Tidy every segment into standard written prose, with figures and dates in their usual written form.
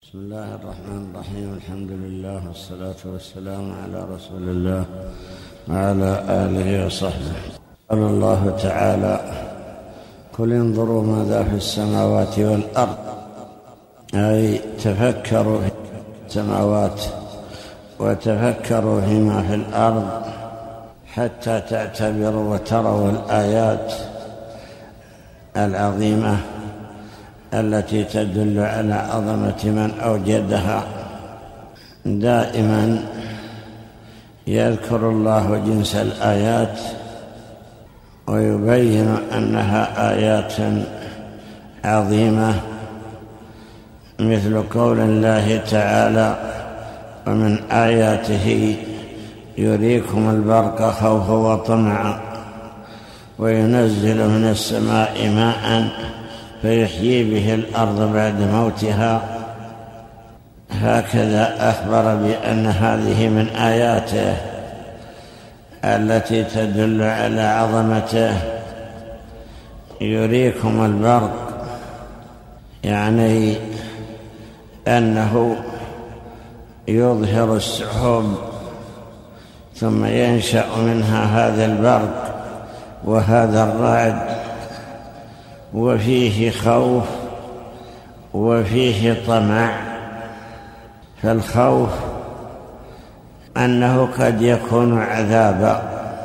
بسم الله الرحمن الرحيم. الحمد لله والصلاة والسلام على رسول الله وعلى آله وصحبه. قال الله تعالى: قل انظروا ماذا في السماوات والأرض، أي تفكروا في السماوات وتفكروا فيما في الأرض حتى تعتبروا وتروا الآيات العظيمة التي تدل على عظمة من أوجدها. دائما يذكر الله جنس الآيات ويبين أنها آيات عظيمة، مثل قول الله تعالى: ومن آياته يريكم البرق خوفا وطمعا وينزل من السماء ماء فيحيي به الأرض بعد موتها. هكذا أخبر بأن هذه من آياته التي تدل على عظمته. يريكم البرق يعني أنه يظهر السحب ثم ينشأ منها هذا البرق وهذا الرعد، وفيه خوف وفيه طمع. فالخوف أنه قد يكون عذابا،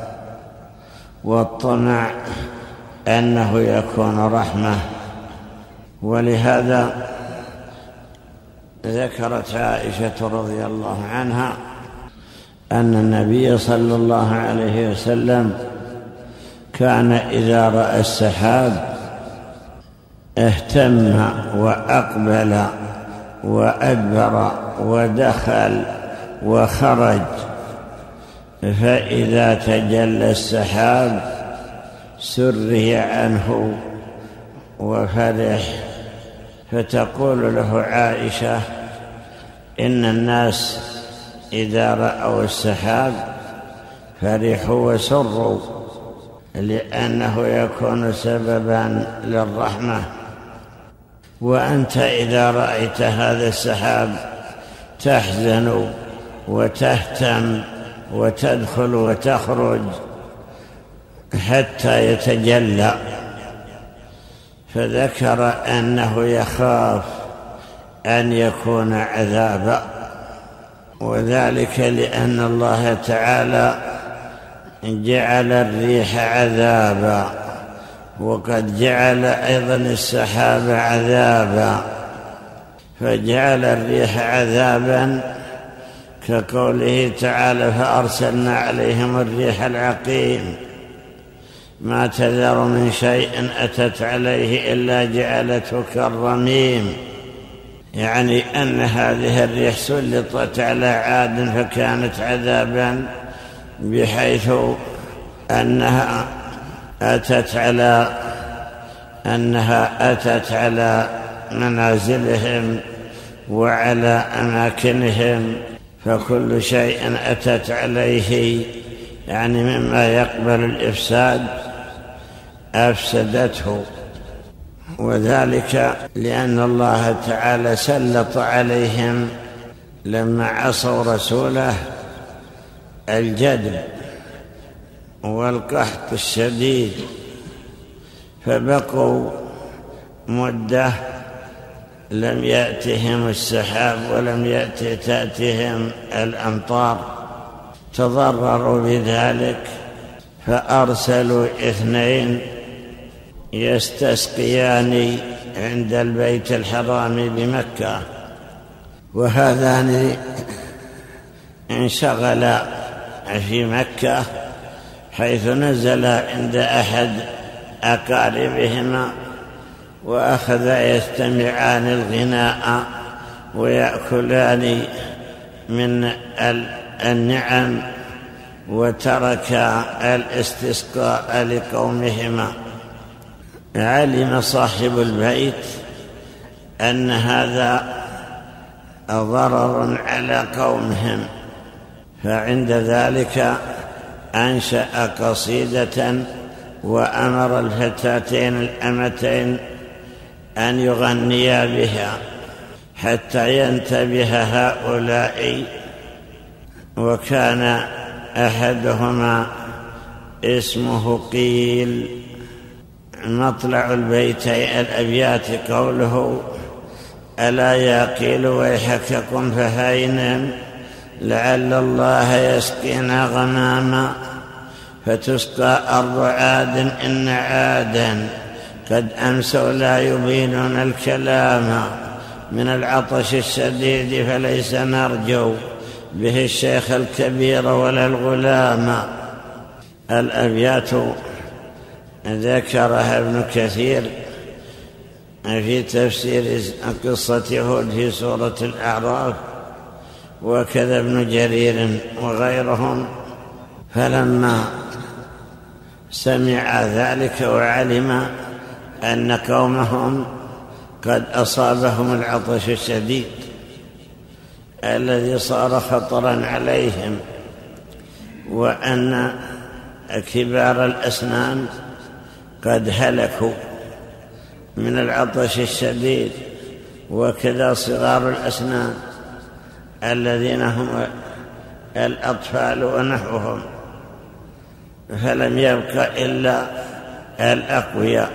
والطمع أنه يكون رحمة. ولهذا ذكرت عائشة رضي الله عنها أن النبي صلى الله عليه وسلم كان إذا رأى السحاب اهتم وأقبل وأدبر ودخل وخرج، فإذا تجلى السحاب سري عنه وفرح. فتقول له عائشة: إن الناس إذا رأوا السحاب فرحوا وسروا، لأنه يكون سببا للرحمة. وأنت إذا رأيت هذا السحاب تحزن وتهتم وتدخل وتخرج حتى يتجلى. فذكر أنه يخاف أن يكون عذابا، وذلك لأن الله تعالى جعل الريح عذابا، وقد جعل أيضا السحاب عذابا. فجعل الريح عذابا كقوله تعالى: فأرسلنا عليهم الريح العقيم ما تذر من شيء أتت عليه إلا جعلته كالرميم، يعني أن هذه الريح سلطت على عاد فكانت عذابا، بحيث أنها أتت على منازلهم وعلى أماكنهم. فكل شيء أتت عليه يعني مما يقبل الإفساد أفسدته. وذلك لأن الله تعالى سلط عليهم لما عصوا رسوله الجدب والقحط الشديد، فبقوا مدة لم يأتهم السحاب ولم تأتهم الأمطار، تضرروا بذلك. فأرسلوا 2 يستسقيان عند البيت الحرام بمكة، وهذان انشغلا في مكة حيث نزل عند أحد أقاربهما، وأخذا يستمعان الغناء ويأكلان من النعم، وترك الاستسقاء لقومهما. علم صاحب البيت أن هذا ضرر على قومهم، فعند ذلك أنشأ قصيدة وأمر الفتاتين الأمتين أن يغنيا بها، حتى ينتبه هؤلاء. وكان أحدهما اسمه قيل. مطلع الأبيات قوله: ألا يا قيل ويحك كن فهينا، لعل الله يسقينا غماما، فتسقى أرض عاد إن عادا قد أمسوا لا يبينون الكلام، من العطش الشديد فليس نرجو به الشيخ الكبير ولا الغلام. الأبيات ذكرها ابن كثير في تفسير قصة هود في سورة الأعراف، وكذا ابن جرير وغيرهم. فلما سمع ذلك وعلم أن قومهم قد أصابهم العطش الشديد الذي صار خطرا عليهم، وأن كبار الأسنان قد هلكوا من العطش الشديد، وكذا صغار الأسنان الذين هم الأطفال ونحوهم، فلم يبق إلا الأقوياء.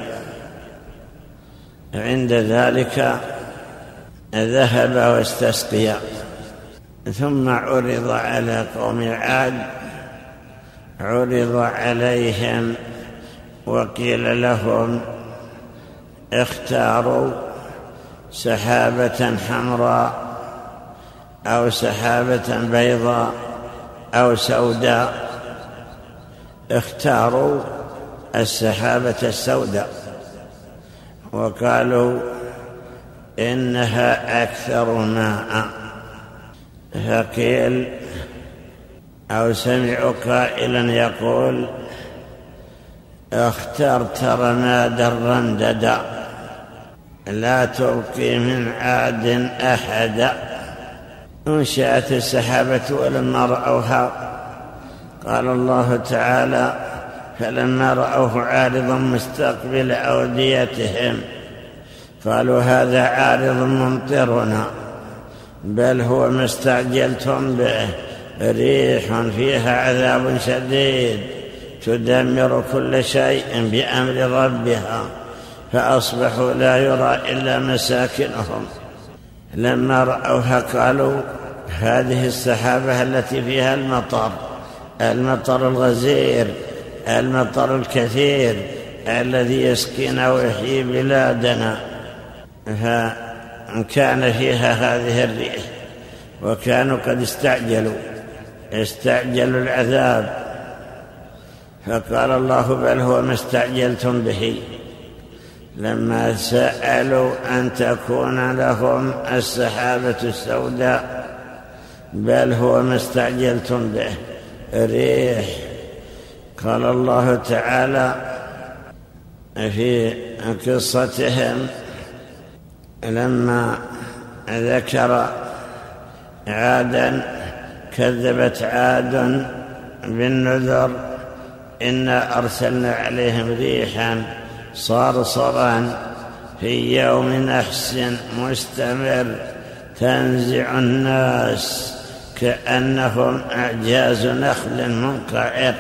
عند ذلك ذهب واستسقيا. ثم عرض على قوم عاد، عرض عليهم وقيل لهم: اختاروا سحابة حمراء أو سحابة بيضاء أو سوداء. اختاروا السحابة السوداء وقالوا إنها أكثر ماء. فقيل أو سمعوا قائلا يقول: اخترت رماد الرندد لا تبقي من عاد أحدا. انشأت السحابة ولما رأوها قال الله تعالى: فلما رأوه عارضا مستقبل أوديتهم قالوا هذا عارض ممطرنا بل هو ما استعجلتم به، ريح فيها عذاب شديد تدمر كل شيء بأمر ربها فأصبحوا لا يرى إلا مساكنهم. لما رأوها قالوا هذه السحابة التي فيها المطر الغزير، المطر الكثير الذي يسقينا ويحيي بلادنا، فكان فيها هذه الريح، وكانوا قد استعجلوا العذاب، فقال الله: بل هو ما استعجلتم به. لما سألوا أن تكون لهم السحابة السوداء بل هو ما استعجلتم به ريح. قال الله تعالى في قصتهم لما ذكر عادا: كذبت عاد بالنذر إنا أرسلنا عليهم ريحا صرصرا في يوم نحس مستمر تنزع الناس كأنهم أعجاز نخل منقعر.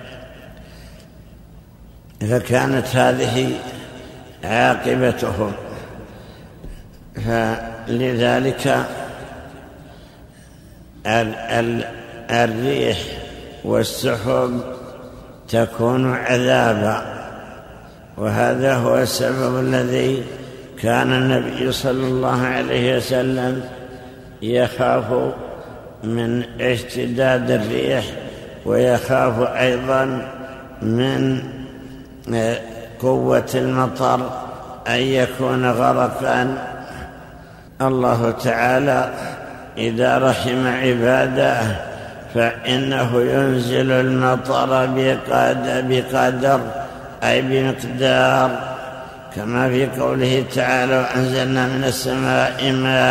فكانت هذه عاقبتهم. فلذلك الريح والسحب تكون عذابا، وهذا هو السبب الذي كان النبي صلى الله عليه وسلم يخاف من اشتداد الريح، ويخاف أيضا من قوة المطر أن يكون غرقا. الله تعالى إذا رحم عباده فإنه ينزل المطر بقدر أي بمقدار، كما في قوله تعالى: وأنزلنا من السماء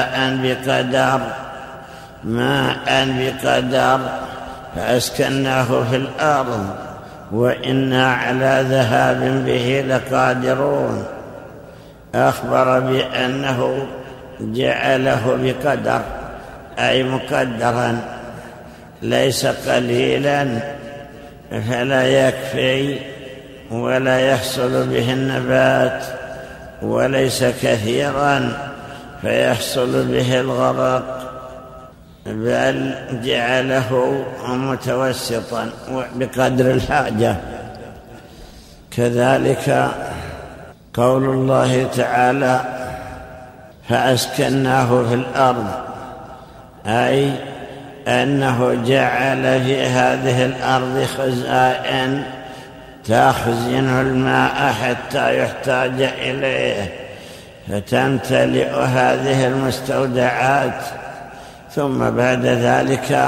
ماء بقدر فأسكناه في الأرض وإنا على ذهاب به لقادرون. أخبر بأنه جعله بقدر أي مقدرا ليس قليلا فلا يكفي ولا يحصل به النبات، وليس كثيرا فيحصل به الغرق، بل جعله متوسطا بقدر الحاجة. كذلك قول الله تعالى فأسكناه في الأرض، أي أنه جعل في هذه الأرض خزائن تخزن الماء حتى يحتاج إليه، فتمتلئ هذه المستودعات، ثم بعد ذلك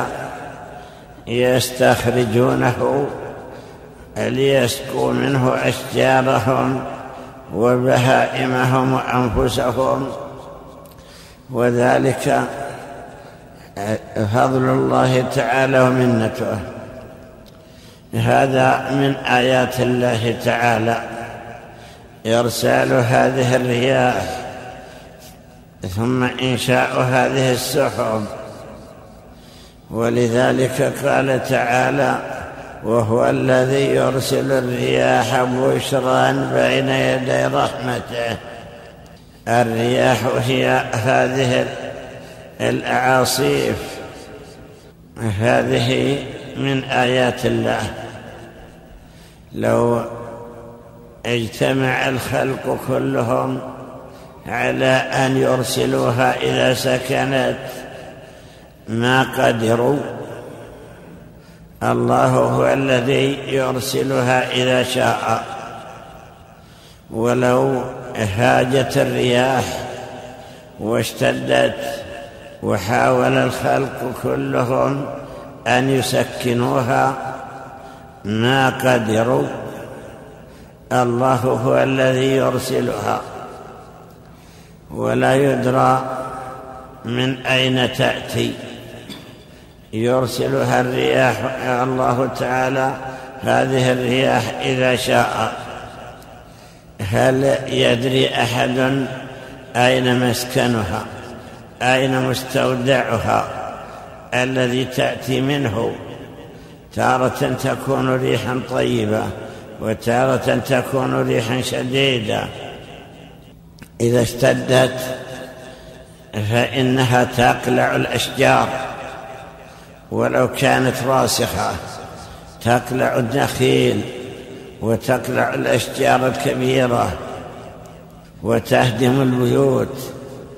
يستخرجونه ليسقوا منه أشجارهم وبهائمهم وأنفسهم، وذلك فضل الله تعالى ومنته. هذا من آيات الله تعالى إرسال هذه الرياح، ثم إنشاء هذه السحب. ولذلك قال تعالى وهو الذي يرسل الرياح بشرا بين يدي رحمته. الرياح هي هذه الأعاصيف، هذه من آيات الله. لو اجتمع الخلق كلهم على أن يرسلوها إذا سكنت ما قدروا. الله هو الذي يرسلها إذا شاء. ولو هاجت الرياح واشتدت وحاول الخلق كلهم أن يسكنوها ما قدروا. الله هو الذي يرسلها، ولا يدرى من أين تأتي. يرسلها الرياح الله تعالى هذه الرياح إذا شاء. هل يدري أحد أين مسكنها، أين مستودعها الذي تأتي منه؟ تارة تكون ريحا طيبة، وتارة تكون ريحا شديدة. إذا اشتدت فإنها تقلع الأشجار ولو كانت راسخة، تقلع النخيل وتقلع الأشجار الكبيرة وتهدم البيوت.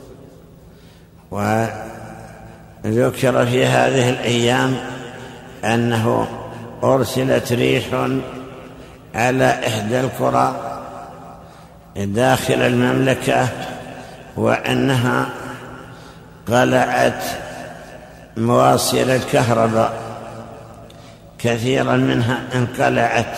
وذكر في هذه الأيام أنه أرسلت ريح على إحدى القرى داخل المملكة، وأنها قلعت مواسير الكهرباء، كثيرا منها انقلعت،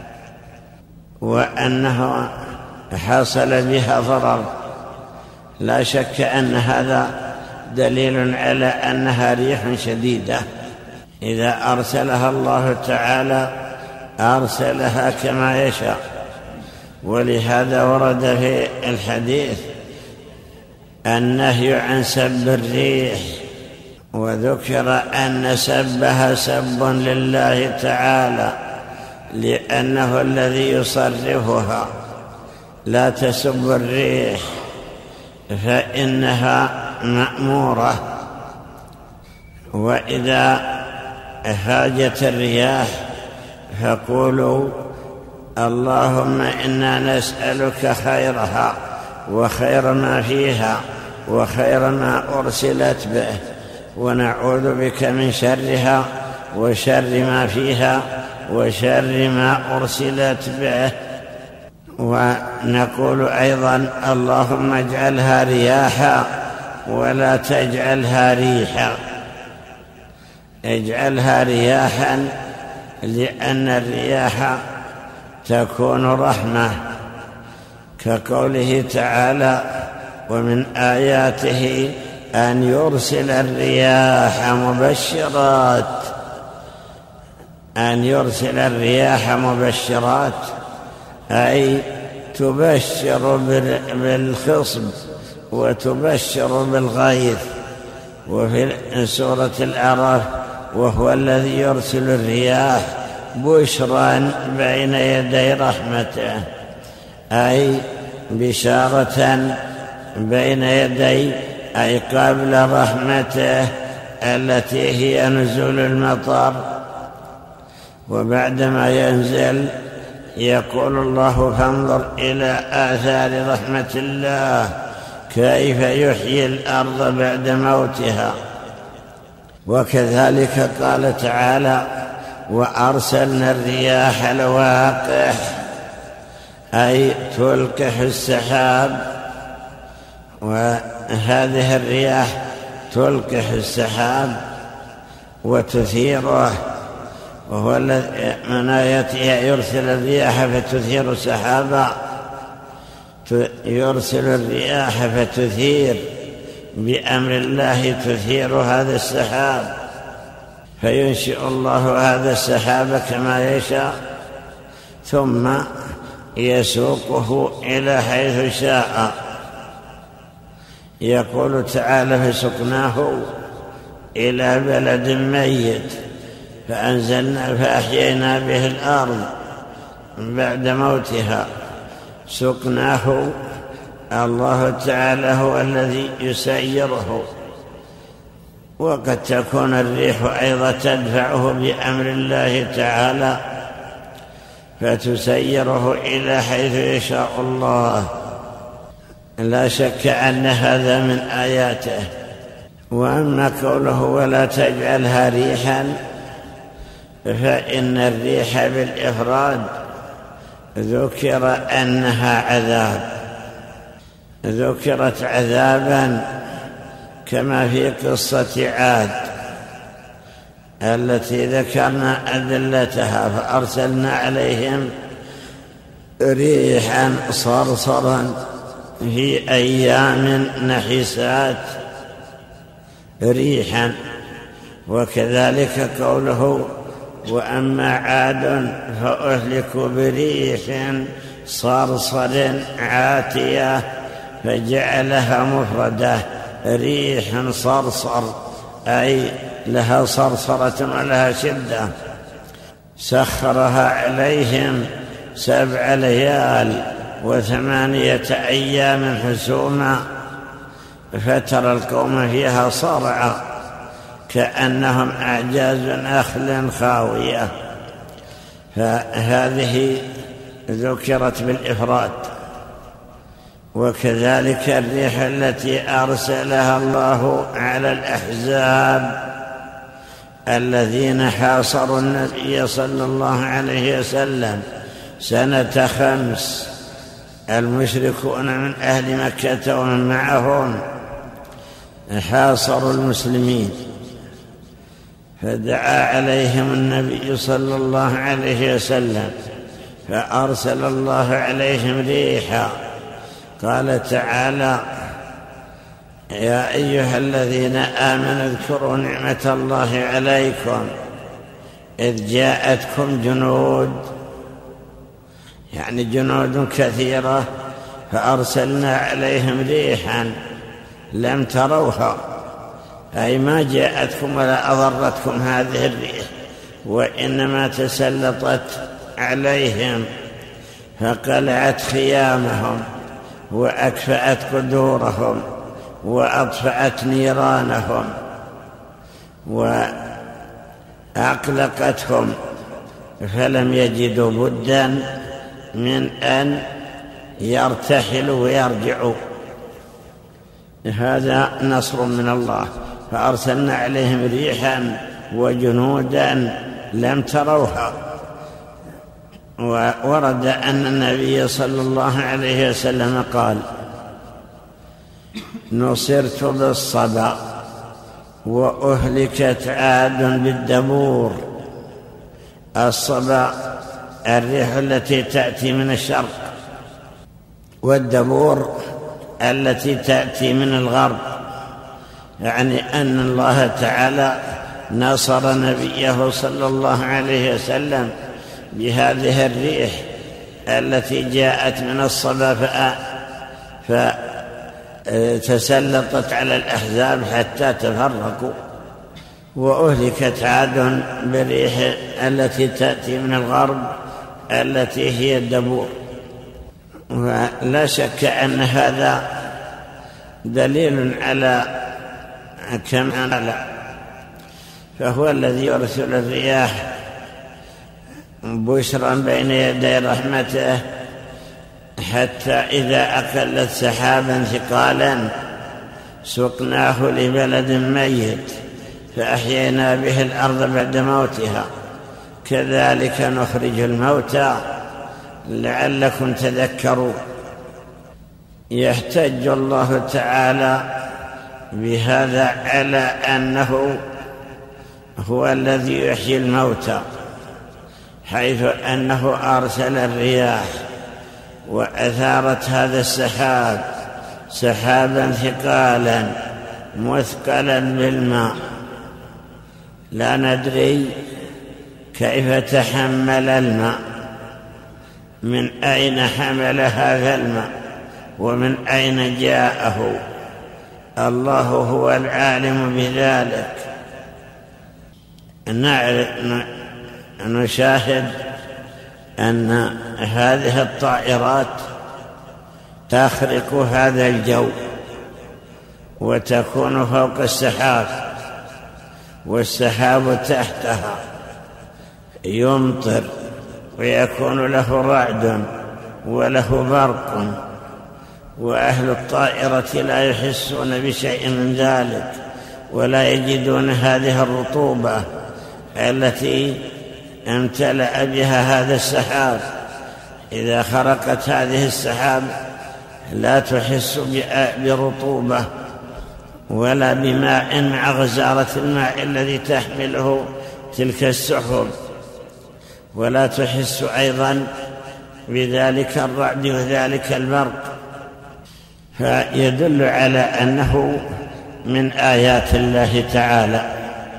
وأنه حصل بها ضرر. لا شك أن هذا دليل على أنها ريح شديدة. إذا أرسلها الله تعالى أرسلها كما يشاء. ولهذا ورد في الحديث النهي عن سب الريح، وذكر أن سبها سب لله تعالى لأنه الذي يصرفها. لا تسب الريح فإنها مأمورة. وإذا هاجت الرياح فقولوا اللهم إنا نسألك خيرها وخير ما فيها وخير ما أرسلت به، ونعوذ بك من شرها وشر ما فيها وشر ما أرسلت به. ونقول أيضا اللهم اجعلها رياحا ولا تجعلها ريحا. اجعلها رياحا لأن الرياح تكون رحمة، كقوله تعالى ومن آياته أن يرسل الرياح مبشرات. أن يرسل الرياح مبشرات أي تبشر بالخصب وتبشر بالغيث. وفي سورة الأعراف وهو الذي يرسل الرياح بشرا بين يدي رحمته، أي بشارة بين يدي أي قبل رحمته التي هي نزول المطر. وبعدما ينزل يقول الله فانظر إلى آثار رحمة الله كيف يحيي الأرض بعد موتها. وكذلك قال تعالى وأرسلنا الرياح لواقح، أي تلقح السحاب. وهذه الرياح تلقح السحاب وتثيره، وهو الذي من آياته يرسل الرياح فتثير سحابا، يرسل الرياح فتثير بأمر الله، تثير هذا السحاب، فينشئ الله هذا السحاب كما يشاء ثم يسوقه إلى حيث شاء. يقول تعالى فسقناه إلى بلد ميت فأنزلنا فأحيينا به الأرض بعد موتها. سقناه، الله تعالى هو الذي يسيره، وقد تكون الريح أيضا تدفعه بأمر الله تعالى فتسيره إلى حيث يشاء الله. لا شك أن هذا من آياته. وأما قوله ولا تجعلها ريحا، فإن الريح بالإفراد ذكر أنها عذاب، ذكرت عذابا كما في قصة عاد التي ذكرنا أدلتها فأرسلنا عليهم ريحا صرصرا في أيام نحسات ريحا. وكذلك قوله وأما عاد فأهلكوا بريح صرصر عاتية فجعلها مفردة ريح صرصر، أي لها صرصرة ولها شدة. سخرها عليهم 7 ليال و8 أيام حسوما، فترى القوم فيها صرعى كأنهم أعجاز نخل خاوية. فهذه ذكرت بالإفراد. وكذلك الريح التي أرسلها الله على الأحزاب الذين حاصروا النبي صلى الله عليه وسلم سنة 5، المشركون من أهل مكة ومن معهم حاصروا المسلمين، فدعا عليهم النبي صلى الله عليه وسلم فأرسل الله عليهم ريحا. قال تعالى يا أيها الذين آمنوا اذكروا نعمة الله عليكم إذ جاءتكم جنود، يعني جنود كثيرة، فأرسلنا عليهم ريحا لم تروها، أي ما جاءتكم ولا أضرتكم هذه الريح، وإنما تسلطت عليهم فقلعت خيامهم وأكفأت قدورهم وأطفأت نيرانهم وأقلقتهم، فلم يجدوا بدا من أن يرتحلوا ويرجعوا. هذا نصر من الله. فأرسلنا عليهم ريحا وجنودا لم تروها. وورد أن النبي صلى الله عليه وسلم قال نصرت بالصبا وأهلكت عاد بالدبور. الصبا الريح التي تأتي من الشرق، والدبور التي تأتي من الغرب، يعني أن الله تعالى نصر نبيه صلى الله عليه وسلم بهذه الريح التي جاءت من الصبا تسلطت على الأحزاب حتى تفرقوا، وأهلكت عاد بالريح التي تأتي من الغرب التي هي الدبور. ولا شك أن هذا دليل على كمال، فهو الذي يرسل الرياح بشرا بين يدي رحمته، حتى إذا أقلت سحابا ثقالا سقناه لبلد ميت فأحيينا به الأرض بعد موتها كذلك نخرج الموتى لعلكم تذكرون. يحتج الله تعالى بهذا على أنه هو الذي يحيي الموتى، حيث أنه أرسل الرياح وأثارت هذا السحاب سحابا ثقالا مثقلا بالماء، لا ندري كيف تحمل الماء، من أين حمل هذا الماء ومن أين جاءه، الله هو العالم بذلك. نشاهد أن هذه الطائرات تخرق هذا الجو وتكون فوق السحاب، والسحاب تحتها يمطر ويكون له رعد وله برق، وأهل الطائرة لا يحسون بشيء من ذلك ولا يجدون هذه الرطوبة التي امتلأ بها هذا السحاب. إذا خرقت هذه السحاب لا تحس برطوبة ولا بماء مع غزارة الماء الذي تحمله تلك السحب، ولا تحس أيضا بذلك الرعد وذلك البرق، فيدل على أنه من آيات الله تعالى.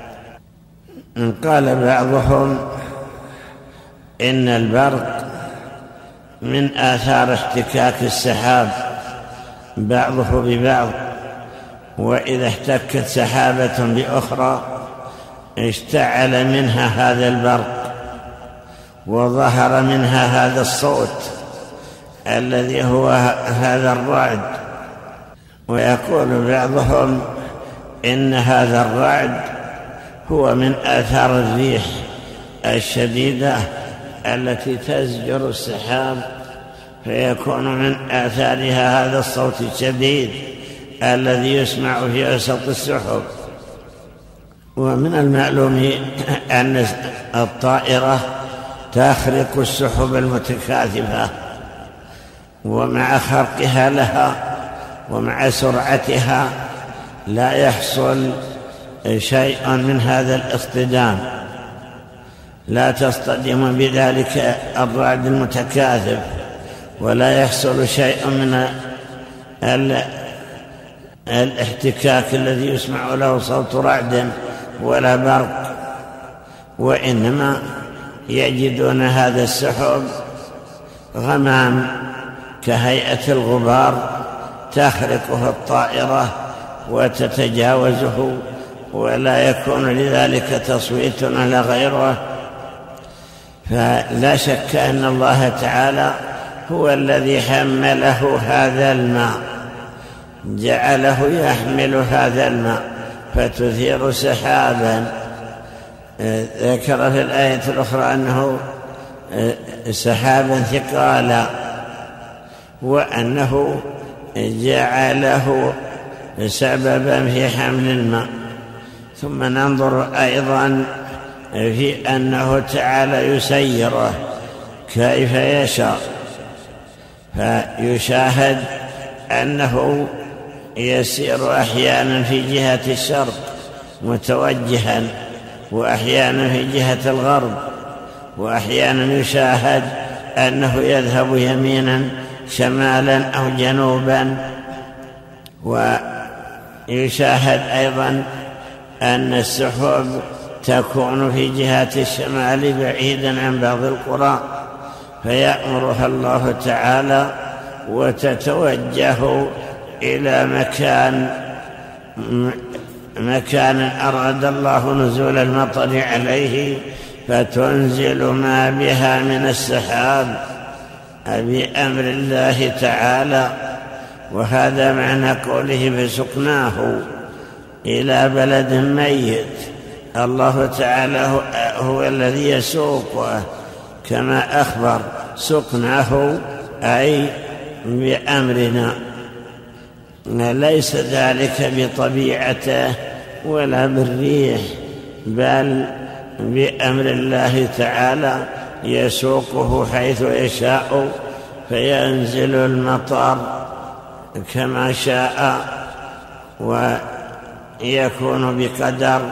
قال بعضهم إن البرق من آثار احتكاك السحاب بعضه ببعض، وإذا احتكت سحابة بأخرى اشتعل منها هذا البرق وظهر منها هذا الصوت الذي هو هذا الرعد. ويقول بعضهم إن هذا الرعد هو من آثار الريح الشديدة التي تزجر السحاب، فيكون من آثارها هذا الصوت الشديد الذي يسمع في وسط السحب. ومن المعلوم أن الطائرة تخرق السحب المتكاثفة، ومع خرقها لها ومع سرعتها لا يحصل شيء من هذا الاصطدام، لا تصطدم بذلك الرعد المتكاثف، ولا يحصل شيء من الاحتكاك الذي يسمع له صوت رعد ولا برق، وإنما يجدون هذا السحب غمام كهيئة الغبار تخرقه الطائرة وتتجاوزه، ولا يكون لذلك تصويت ولا غيره. فلا شك أن الله تعالى هو الذي حمله هذا الماء، جعله يحمل هذا الماء فتثير سحابا. ذكر في الآية الأخرى أنه سحابا ثقالا، وأنه جعله سببا في حمل الماء. ثم ننظر أيضا في أنه تعالى يسيره كيف يشاء، فيشاهد أنه يسير أحيانا في جهة الشرق متوجها، وأحيانا في جهة الغرب، وأحيانا يشاهد أنه يذهب يمينا شمالا أو جنوبا، ويشاهد أيضا أن السحب تكون في جهة الشمال بعيدا عن بعض القرى، فيأمرها الله تعالى وتتوجه إلى مكان أراد الله نزول المطر عليه فتنزل ما بها من السحاب بأمر الله تعالى. وهذا معنى قوله فسقناه إلى بلد ميت. الله تعالى هو الذي يسوقه كما أخبر سقناه أي بأمرنا، ليس ذلك بطبيعته ولا بالريح، بل بأمر الله تعالى يسوقه حيث يشاء فينزل المطر كما شاء ويكون بقدر.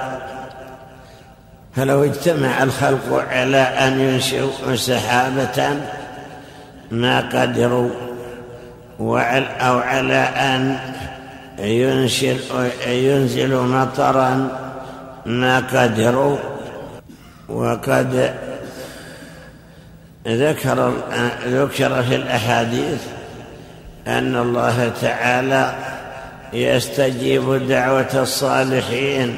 فلو اجتمع الخلق على أن ينشئوا سحابة ما قدروا، أو على أن ينزلوا مطرا ما قدروا. وقد ذكر في الأحاديث أن الله تعالى يستجيب دعوة الصالحين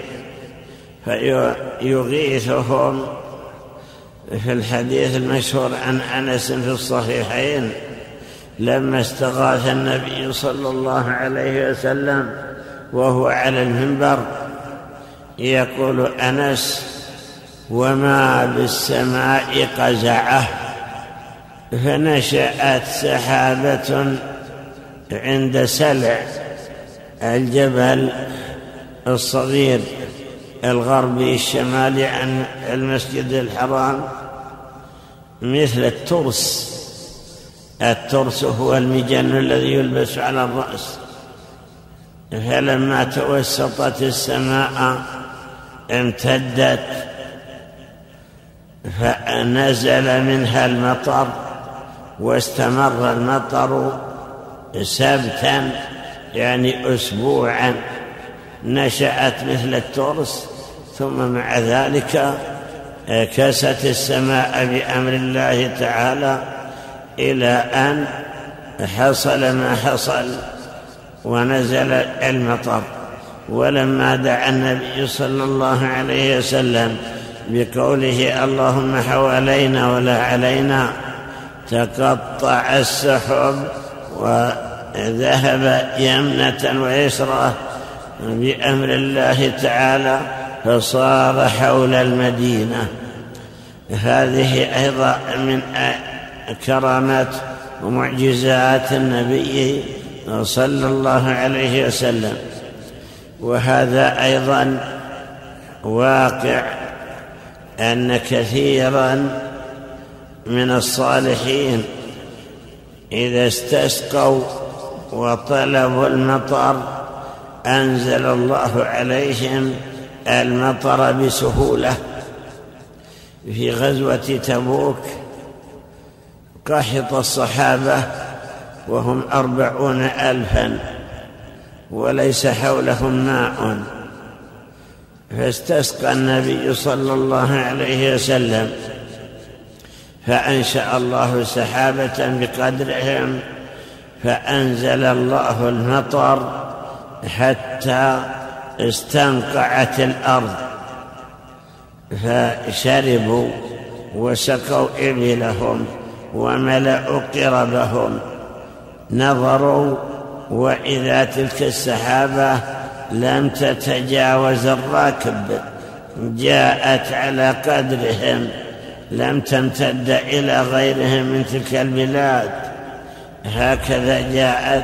فيغيثهم. في الحديث المشهور عن أنس في الصحيحين لما استغاث النبي صلى الله عليه وسلم وهو على المنبر يقول أنس: وما بالسماء قزعه، فنشأت سحابة عند سلع الجبل الصغير الغربي الشمالي عن المسجد الحرام مثل الترس. الترس هو المجن الذي يلبس على الرأس. فلما توسطت السماء امتدت فنزل منها المطر، واستمر المطر سبتا يعني أسبوعا، نشأت مثل الترس. ثم مع ذلك كست السماء بأمر الله تعالى إلى أن حصل ما حصل ونزل المطر. ولما دعا النبي صلى الله عليه وسلم بقوله: اللهم حوالينا ولا علينا، تقطع السحب وذهب يمنة ويسرى بأمر الله تعالى، فصار حول المدينة. هذه أيضا من كرامات ومعجزات النبي صلى الله عليه وسلم. وهذا أيضا واقع أن كثيرا من الصالحين إذا استسقوا وطلبوا المطر أنزل الله عليهم المطر بسهولة. في غزوة تبوك قحط الصحابة وهم 40,000 وليس حولهم ماء، فاستسقى النبي صلى الله عليه وسلم فأنشأ الله سحابة بقدرهم، فأنزل الله المطر حتى استنقعت الأرض، فشربوا وسقوا إبلهم وملأوا قربهم. نظروا وإذا تلك السحابة لم تتجاوز الراكب، جاءت على قدرهم، لم تمتد إلى غيرهم من تلك البلاد. هكذا جاءت،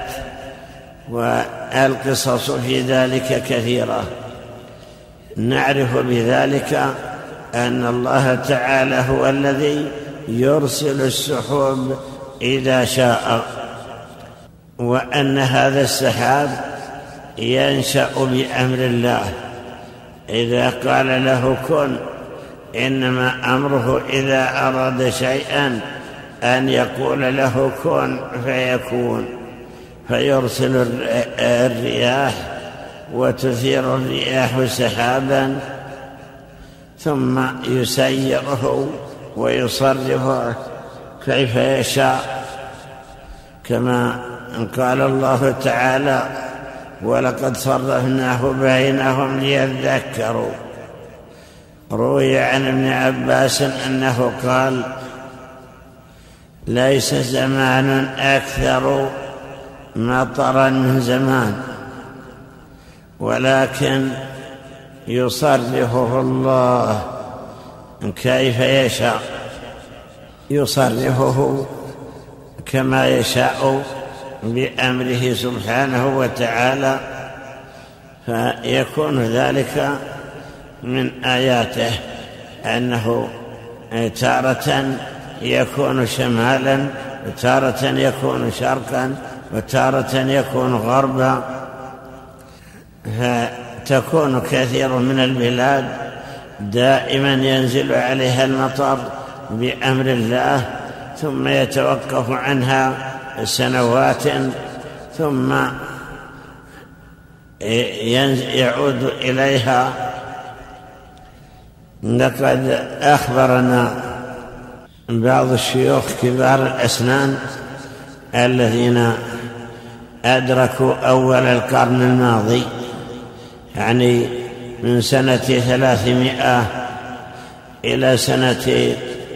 والقصص في ذلك كثيرة. نعرف بذلك أن الله تعالى هو الذي يرسل السحاب إذا شاء، وأن هذا السحاب ينشأ بأمر الله. إذا قال له كن، إنما أمره إذا أراد شيئا أن يقول له كن فيكون، فيرسل الرياح وتثير الرياح سحابا ثم يسيره ويصرفه كيف يشاء، كما قال الله تعالى ولقد صرفناه بينهم ليذكروا. روي عن ابن عباس أنه قال ليس زمان أكثر مطرا من زمان، ولكن يصرفه الله كيف يشاء، يصرفه كما يشاء بأمره سبحانه وتعالى، فيكون ذلك من آياته أنه تارة يكون شمالا وتارة يكون شرقا وتارة يكون غربا، فتكون كثير من البلاد دائما ينزل عليها المطر بأمر الله، ثم يتوقف عنها سنوات، ثم يعود إليها. لقد أخبرنا بعض الشيوخ كبار الأسنان الذين أدركوا أول القرن الماضي، يعني من سنة 300 إلى سنة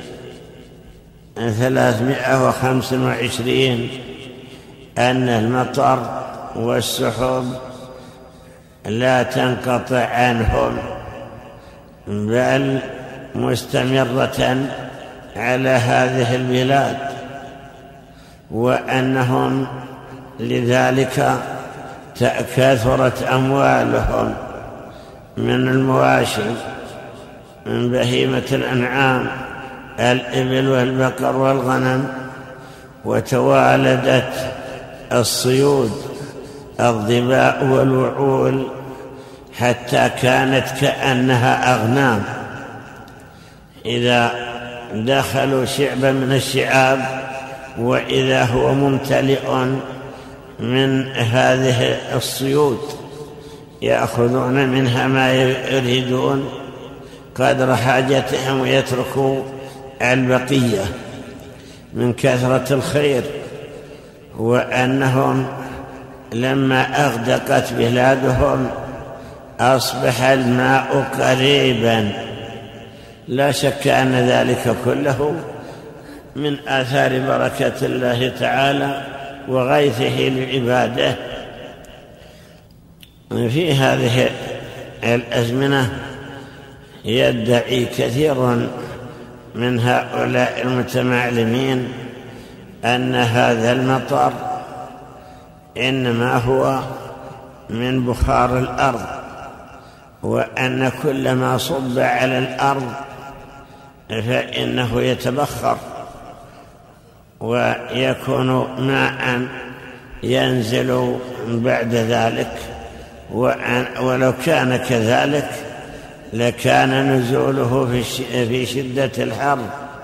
325، أن المطر والسحب لا تنقطع عنهم، بل مستمرة على هذه البلاد، وأنهم لذلك كثرت أموالهم من المواشي، من بهيمة الأنعام، الإبل والبقر والغنم، وتوالدت الصيود، الظباء والوعول، حتى كانت كأنها أغنام. إذا دخلوا شعبا من الشعاب وإذا هو ممتلئ من هذه الصيود، يأخذون منها ما يريدون قدر حاجتهم ويتركوا البقية من كثرة الخير. وأنهم لما أغدقت بلادهم أصبح الماء قريبا. لا شك أن ذلك كله من آثار بركة الله تعالى وغيثه لعباده. في هذه الأزمنة يدعي كثير من هؤلاء المتمعلمين أن هذا المطر إنما هو من بخار الأرض، وأن كل ما صب على الأرض فإنه يتبخر ويكون ماء ينزل بعد ذلك. ولو كان كذلك لكان نزوله في شدة الحر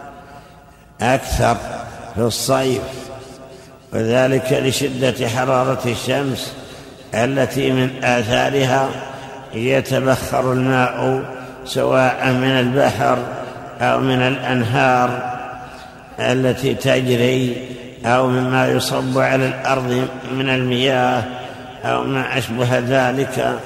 أكثر في الصيف، وذلك لشدة حرارة الشمس التي من آثارها يتبخر الماء سواء من البحر أو من الأنهار التي تجري أو مما يصب على الأرض من المياه أو ما أشبه ذلك.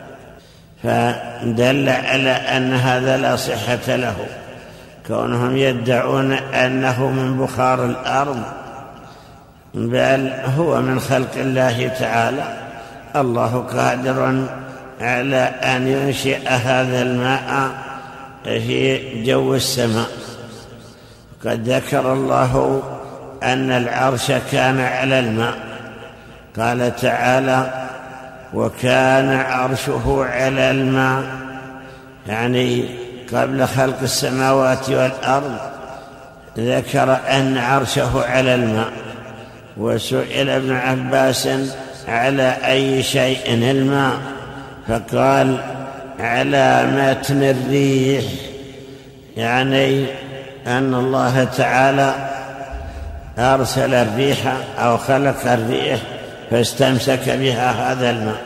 فدل على أن هذا لا صحة له، كونهم يدعون أنه من بخار الأرض، بل هو من خلق الله تعالى. الله قادر على أن ينشئ هذا الماء في جو السماء. قد ذكر الله أن العرش كان على الماء، قال تعالى وكان عرشه على الماء، يعني قبل خلق السماوات والأرض ذكر أن عرشه على الماء. وسئل ابن عباس على أي شيء الماء، فقال على متن الريح، يعني أن الله تعالى أرسل الريح أو خلق الريح فاستمسك بها هذا الماء.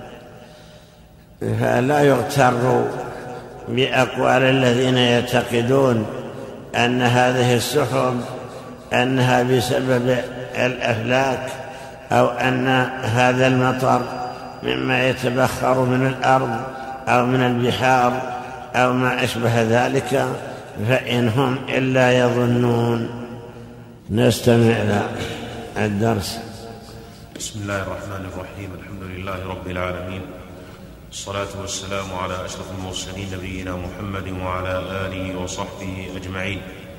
فلا يغتر بأقوال الذين يعتقدون أن هذه السحب أنها بسبب الأفلاك أو أن هذا المطر مما يتبخر من الأرض أو من البحار أو ما أشبه ذلك، فإنهم إلا يظنون. نستمع إلى الدرس. بسم الله الرحمن الرحيم. الحمد لله رب العالمين، الصلاة والسلام على أشرف المرسلين نبينا محمد وعلى آله وصحبه أجمعين.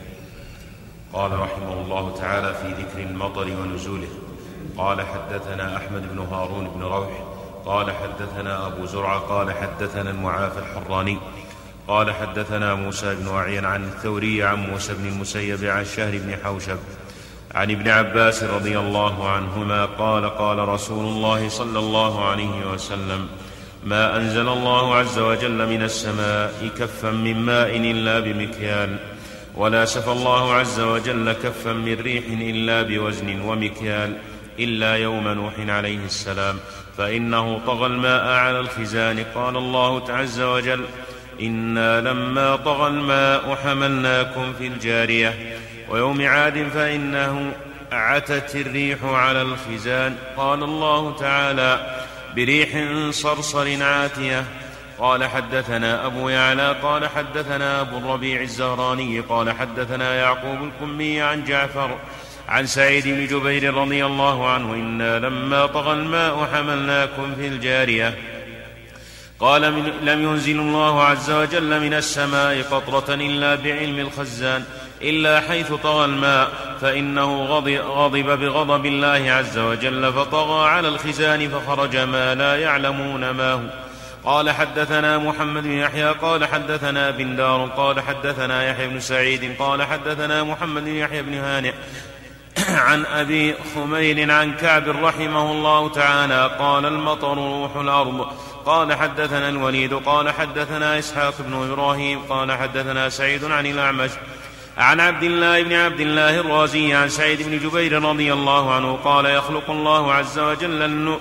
قال رحمه الله تعالى في ذكر المطر ونزوله: قال حدثنا أحمد بن هارون بن روح قال حدثنا أبو زرعة قال حدثنا المعافى الحراني قال حدثنا موسى بن أعين عن الثوري عن موسى بن المسيب عن شهر بن حوشب عن ابن عباس رضي الله عنهما قال: قال رسول الله صلى الله عليه وسلم: ما أنزل الله عز وجل من السماء كفا من ماء إلا بمكيال، ولا سفى الله عز وجل كفا من ريح إلا بوزن ومكيال، إلا يوم نوح عليه السلام، فإنه طغى الماء على الخزان. قال الله عز وجل: إنا لما طغى الماء حملناكم في الجارية. ويوم عاد فإنه عتت الريح على الخزان. قال الله تعالى: بريح صرصر عاتية. قال حدثنا أبو يعلى قال حدثنا أبو الربيع الزهراني قال حدثنا يعقوب الكمي عن جعفر عن سعيد بن جبير رضي الله عنه: إنا لما طغى الماء حملناكم في الجارية. قال: لم ينزل الله عز وجل من السماء قطرة إلا بعلم الخزان، إلا حيث طغى الماء، فإنه غضب بغضب الله عز وجل فطغى على الخزان فخرج ما لا يعلمون ما هو. قال حدثنا محمد بن يحيى قال حدثنا بندار قال حدثنا يحيى بن سعيد قال حدثنا محمد بن يحيى بن هانئ عن أبي خمير عن كعب رحمه الله تعالى قال: المطر روح الأرض. قال حدثنا الوليد قال حدثنا إسحاق بن إبراهيم قال حدثنا سعيد عن الأعمش عن عبد الله بن عبد الله الرازي عن سعيد بن جبير رضي الله عنه قال: يخلق الله عز وجل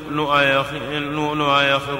اللؤلؤ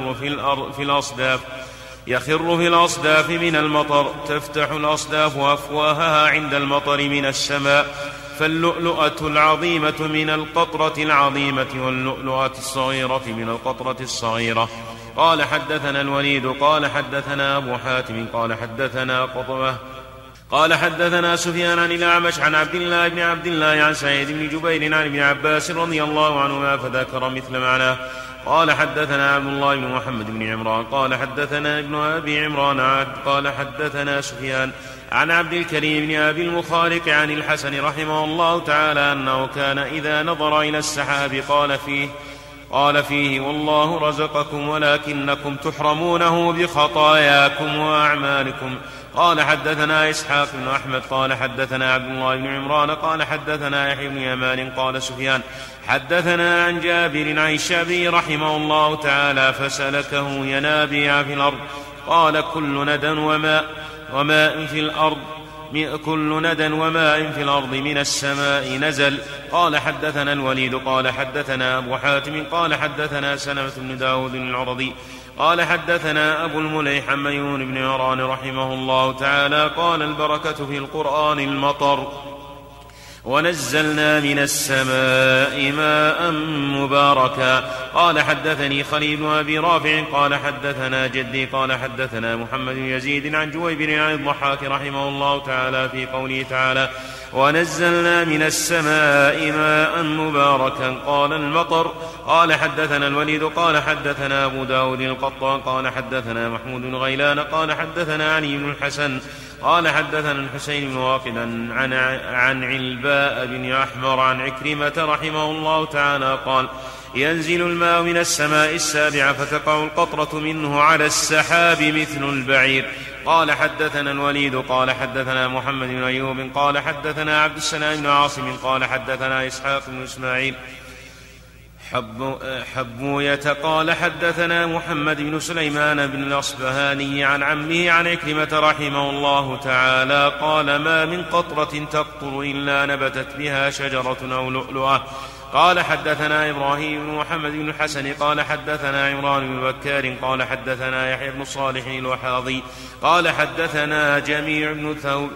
يخر في الأصداف من المطر، تفتح الأصداف أفواهها عند المطر من السماء، فاللؤلؤة العظيمة من القطرة العظيمة، واللؤلؤة الصغيرة من القطرة الصغيرة. قال حدثنا الوليد قال حدثنا أبو حاتم قال حدثنا قطبة قال حدثنا سفيان عن الأعمش عن عبد الله بن عبد الله عن سعيد بن جبير عن ابن عباس رضي الله عنهما فذكر مثل معناه. قال حدثنا عبد الله بن محمد بن عمران قال حدثنا ابن أبي عمران قال حدثنا سفيان عن عبد الكريم بن أبي المخارق عن الحسن رحمه الله تعالى أنه كان إذا نظر إلى السحاب قال فيه: والله رزقكم ولكنكم تحرمونه بخطاياكم وأعمالكم. قال حدثنا إسحاق بن أحمد قال حدثنا عبد الله بن عمران قال حدثنا يحيى بن يمان قال سفيان حدثنا عن جابر عن الشعبي رحمه الله تعالى فسلكه ينابيع في الأرض. قال: كل ندى وماء في الأرض من السماء نزل. قال حدثنا الوليد قال حدثنا أبو حاتم قال حدثنا سلمة بن داود العرضي قال حدثنا أبو المليح عن ميمون بن عمران رحمه الله تعالى قال: البركة في القرآن المطر، ونزلنا من السماء ماء مباركا. قال حدثني خليل بن أبي رافع قال حدثنا جدي قال حدثنا محمد بن يزيد عن جويبر عن الضحاك رحمه الله تعالى في قوله تعالى: ونزلنا من السماء ماء مباركا. قال: المطر. قال حدثنا الوليد قال حدثنا أبو داود القطان قال حدثنا محمود بن غيلان قال حدثنا علي بن الحسن قال حدثنا الحسين بن واقد عن علباء بن أحمر عن عكرمة رحمه الله تعالى قال: ينزل الماء من السماء السابعة فتقع القطرة منه على السحاب مثل البعير. قال حدثنا الوليد قال حدثنا محمد بن أيوب قال حدثنا عبد السلام بن عاصم قال حدثنا إسحاق بن إسماعيل حبوية قال حدثنا محمد بن سليمان بن الأصبهاني عن عمه عن عكرمة رحمه الله تعالى قال: ما من قطرة تقطر إلا نبتت بها شجرة أو لؤلؤة. قال حدثنا إبراهيم بن محمد بن الحسن قال حدثنا عمران بن بكار قال حدثنا يحيى بن صالح الوحاضي قال حدثنا جميع بن ثور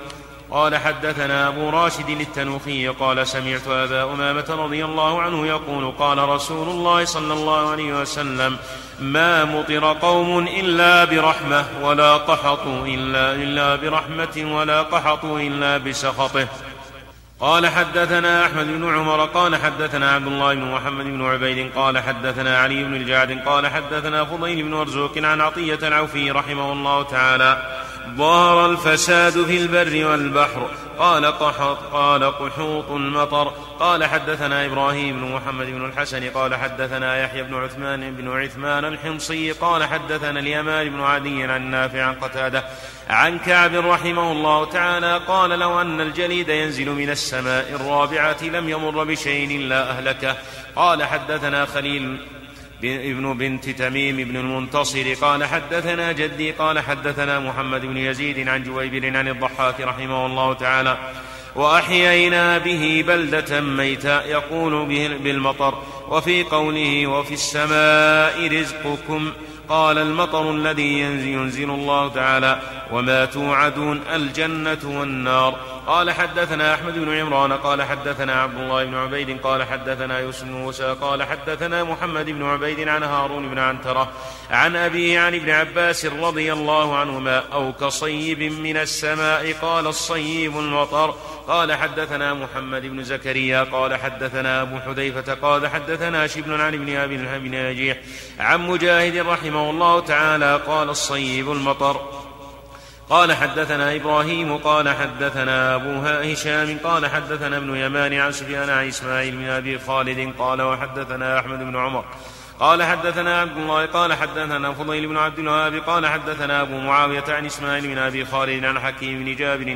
قال حدثنا أبو راشد التنوخي قال سمعت أبا أمامة رضي الله عنه يقول قال رسول الله صلى الله عليه وسلم ما مطر قوم إلا برحمة ولا قحطوا إلا برحمة ولا قحطوا إلا بسخطه. قال حدثنا أحمد بن عمر قال حدثنا عبد الله بن محمد بن عبيد قال حدثنا علي بن الجعد قال حدثنا فضيل بن مرزوق عن عطية العوفي رحمه الله تعالى ظهر الفساد في البر والبحر قال قحوط المطر. قال حدثنا إبراهيم بن محمد بن الحسن قال حدثنا يحيى بن عثمان الحمصي قال حدثنا اليمان بن عدي عن نافع عن قتادة عن كعب رحمه الله تعالى قال لو أن الجليد ينزل من السماء الرابعة لم يمر بشيء إلا أهلكه. قال حدثنا خليل ابن بنت تميم بن المنتصر قال حدثنا جدي قال حدثنا محمد بن يزيد عن جويبر عن الضحاك رحمه الله تعالى وأحيينا به بلدة ميتا يقول بالمطر. وفي قوله وفي السماء رزقكم قال المطر الذي ينزل الله تعالى وما توعدون الجنة والنار. قال حدثنا أحمد بن عمران قال حدثنا عبد الله بن عبيد قال حدثنا يوسف بن موسى قال حدثنا محمد بن عبيد عن هارون بن عنترة عن أبيه عن ابن عباس رضي الله عنهما أو كصيب من السماء قال الصيب المطر. قال حدثنا محمد بن زكريا قال حدثنا أبو حذيفة قال حدثنا شبل عن ابن أبي نجيح عن مجاهد رحمه الله تعالى قال الصيب المطر. قال حدثنا إبراهيم قال حدثنا أبو هشام قال حدثنا ابن يمان عن سفيان عن إسماعيل بن أبي خالد قال وحدثنا أحمد بن عمر قال حدثنا عبد الله قال حدثنا فضيل بن عبد الوهاب قال حدثنا أبو معاوية عن إسماعيل بن أبي خالد عن حكيم بن جابر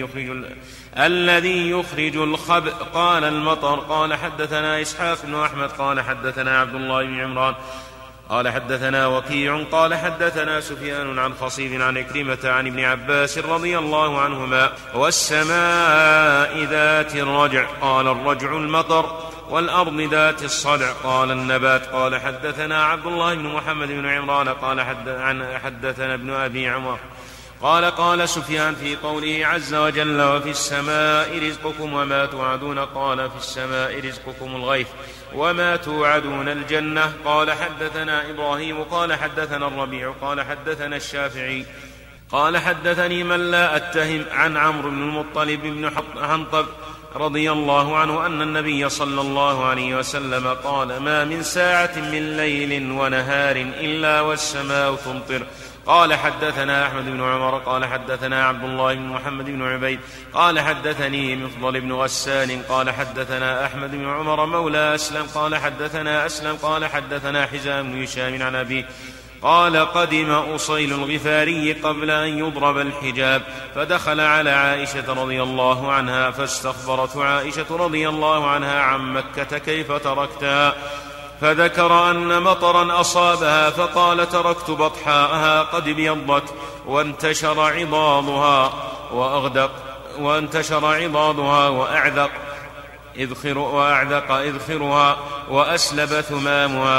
الذي يخرج الخبء قال المطر. قال حدثنا إسحاق بن أحمد قال حدثنا عبد الله بن عمران قال حدثنا وكيع قال حدثنا سفيان عن خصيب عن عكرمة عن ابن عباس رضي الله عنهما والسماء ذات الرجع قال الرجع المطر والأرض ذات الصدع قال النبات. قال حدثنا عبد الله بن محمد بن عمران قال حدثنا ابن أبي عمر قال سفيان في قوله عز وجل وفي السماء رزقكم وما توعدون قال في السماء رزقكم الغيث وما توعدون الجنة. قال حدثنا إبراهيم قال حدثنا الربيع قال حدثنا الشافعي قال حدثني من لا أتهم عن عمرو بن المطلب بن حنطب رضي الله عنه أن النبي صلى الله عليه وسلم قال ما من ساعة من ليل ونهار إلا والسماء تمطر. قال حدثنا أحمد بن عمر قال حدثنا عبد الله بن محمد بن عبيد قال حدثني مفضل بن غسان قال حدثنا أحمد بن عمر مولى أسلم قال حدثنا أسلم قال حدثنا حزام بن هشام عن أبيه قال قدم أصيل الغفاري قبل أن يضرب الحجاب فدخل على عائشة رضي الله عنها فاستخبرت عائشة رضي الله عنها عن مكة كيف تركتها فذكر أن مطرا أصابها فقال تركت بطحاءها قد ابيضت وانتشر عضادها وأعذق إذخرها وأسلب ثمامها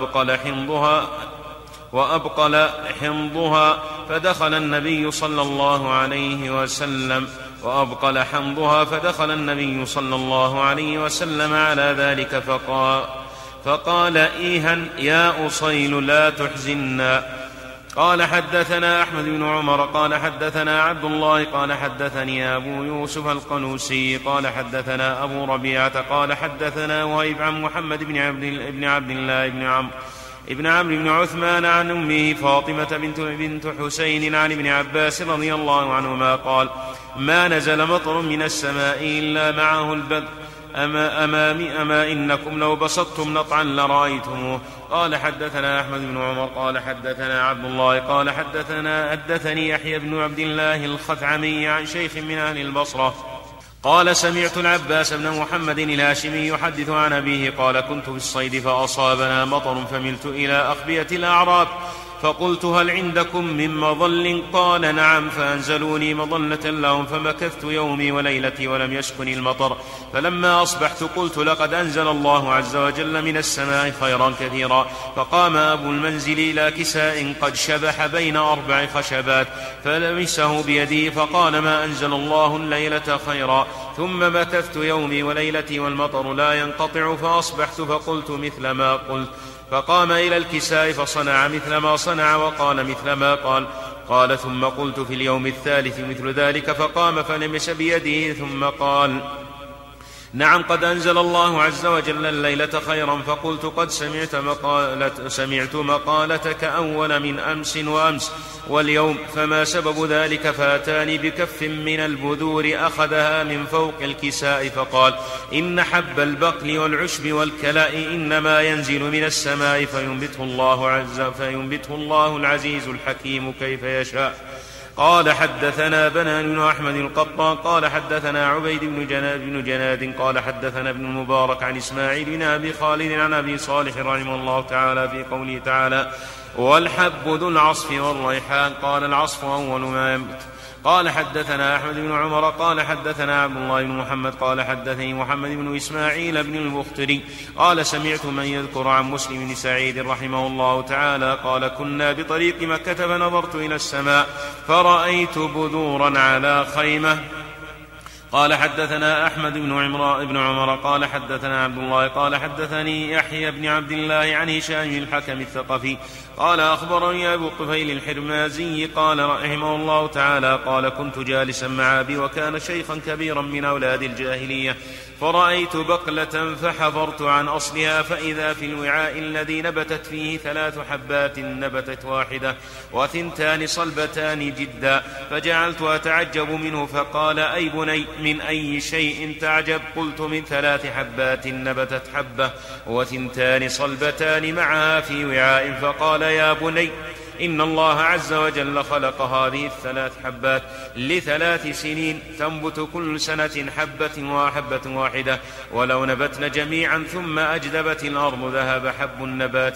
وأبقل حمضها فدخل النبي صلى الله عليه وسلم على ذلك فقال إيها يا أصيل لا تحزنا. قال حدثنا أحمد بن عمر قال حدثنا عبد الله قال حدثني أبو يوسف القنوسي قال حدثنا أبو ربيعة قال حدثنا وهيب عن محمد بن عبد الله ابن عمرو بن عثمان عن أمه فاطمة بنت حسين عن ابن عباس رضي الله عنهما قال ما نزل مطر من السماء إلا معه البدر أما إنكم لو بسطتم نطعا لرأيتموه. قال حدثنا أحمد بن عمر قال حدثنا عبد الله قال حدثني يحيى بن عبد الله الخثعمي عن شيخ من أهل البصرة قال سمعت العباس بن محمد الهاشمي يحدث عن أبيه قال كنت في الصيد فأصابنا مطر فملت إلى أخبية الأعراب فقلت هل عندكم من مظل؟ قال نعم. فأنزلوني مظلة لهم فمكثت يومي وليلتي ولم يسكن المطر. فلما أصبحت قلت لقد أنزل الله عز وجل من السماء خيرا كثيرا. فقام أبو المنزل إلى كساء قد شبح بين 4 خشبات فلمسه بيده فقال ما أنزل الله الليلة خيرا. ثم مكثت يومي وليلتي والمطر لا ينقطع فأصبحت فقلت مثل ما قلت. فقام إلى الكساء فصنع مثل ما صنع وقال مثل ما قال ثم قلت في اليوم الثالث مثل ذلك فقام فلمس بيده ثم قال نعم قد أنزل الله عز وجل الليلة خيرا. فقلت قد سمعت مقالتك أول من أمس وأمس واليوم فما سبب ذلك؟ فأتاني بكف من البذور أخذها من فوق الكساء فقال إن حب البقل والعشب والكلاء إنما ينزل من السماء فينبته الله العزيز الحكيم كيف يشاء. قال حدثنا بنان بن أحمد القطان قال حدثنا عبيد بن جناد قال حدثنا ابن المبارك عن إسماعيل بن أبي خالد عن أبي صالح رحمه الله تعالى في قوله تعالى والحب ذو العصف والريحان. قال العصف أول ما ينبت. قال حدثنا أحمد بن عمر قال حدثنا عبد الله بن محمد قال حدثني محمد بن إسماعيل بن البختري قال سمعت من يذكر عن مسلم بن سعيد رحمه الله تعالى قال كنا بطريق مكة فنظرت إلى السماء فرأيت بذورا على خيمة. قال حدثنا أحمد بن عمر قال حدثنا عبد الله قال حدثني يحيى بن عبد الله عن هشام الحكم الثقفي قال أخبرني أبو الطفيل الحرمازي قال رحمه الله تعالى قال كنت جالسا مع أبي وكان شيخا كبيرا من أولاد الجاهلية فرأيت بقلة فحفرت عن أصلها فإذا في الوعاء الذي نبتت فيه 3 حبات نبتت واحدة و2 صلبتان جدا فجعلت أتعجب منه. فقال أي بني من أي شيء تعجب؟ قلت من 3 حبات نبتت حبة و2 صلبتان معها في وعاء. فقال يا بني إن الله عز وجل خلق هذه 3 حبات ل3 سنين تنبت كل سنة حبة واحدة ولو نبتن جميعا ثم أجدبت الأرض ذهب حب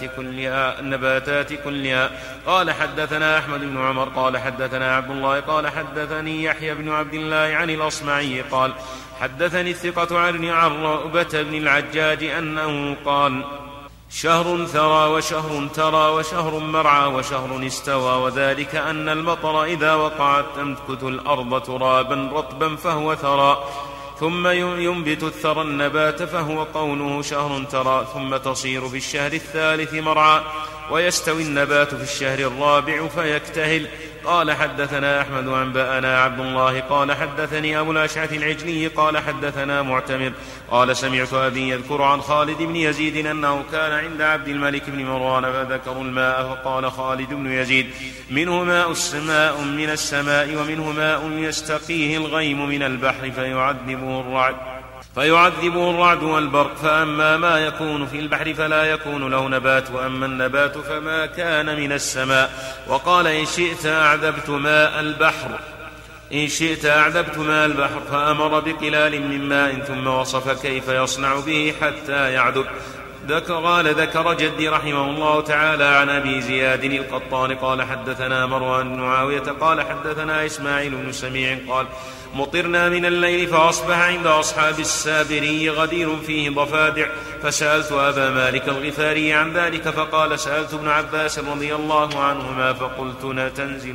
النباتات كلها. قال حدثنا أحمد بن عمر قال حدثنا عبد الله قال حدثني يحيى بن عبد الله عن الأصمعي قال حدثني الثقة عن رؤبة بن العجاج أنه قال شهر ثرى وشهر ترى وشهر مرعى وشهر استوى وذلك أن المطر إذا وقعت تنكت الأرض ترابا رطبا فهو ثرى ثم ينبت الثرى النبات فهو قوله شهر ترى ثم تصير في الشهر الثالث مرعى ويستوي النبات في الشهر الرابع فيكتهل. قال حدثنا أحمد أنبأنا عبد الله قال حدثني أبو الأشعث العجلي قال حدثنا معتمر قال سمعت أبي يذكر عن خالد بن يزيد أنه كان عند عبد الملك بن مروان فذكروا الماء فقال خالد بن يزيد منه ماء من السماء ومنه ماء يستقيه الغيم من البحر فيعذبه الرعد والبرق فأما ما يكون في البحر فلا يكون له نبات وأما النبات فما كان من السماء. وقال إن شئت أعذبت ماء البحر فأمر بقلال من ماء ثم وصف كيف يصنع به حتى يعذب. ذكر جدي رحمه الله تعالى عن أبي زياد القطان قال حدثنا مروان بن معاوية قال حدثنا إسماعيل بن سميع قال مطرنا من الليل فأصبح عند أصحاب السابري غدير فيه ضفادع فسألت أبا مالك الغفاري عن ذلك فقال سألت ابن عباس رضي الله عنهما فقلت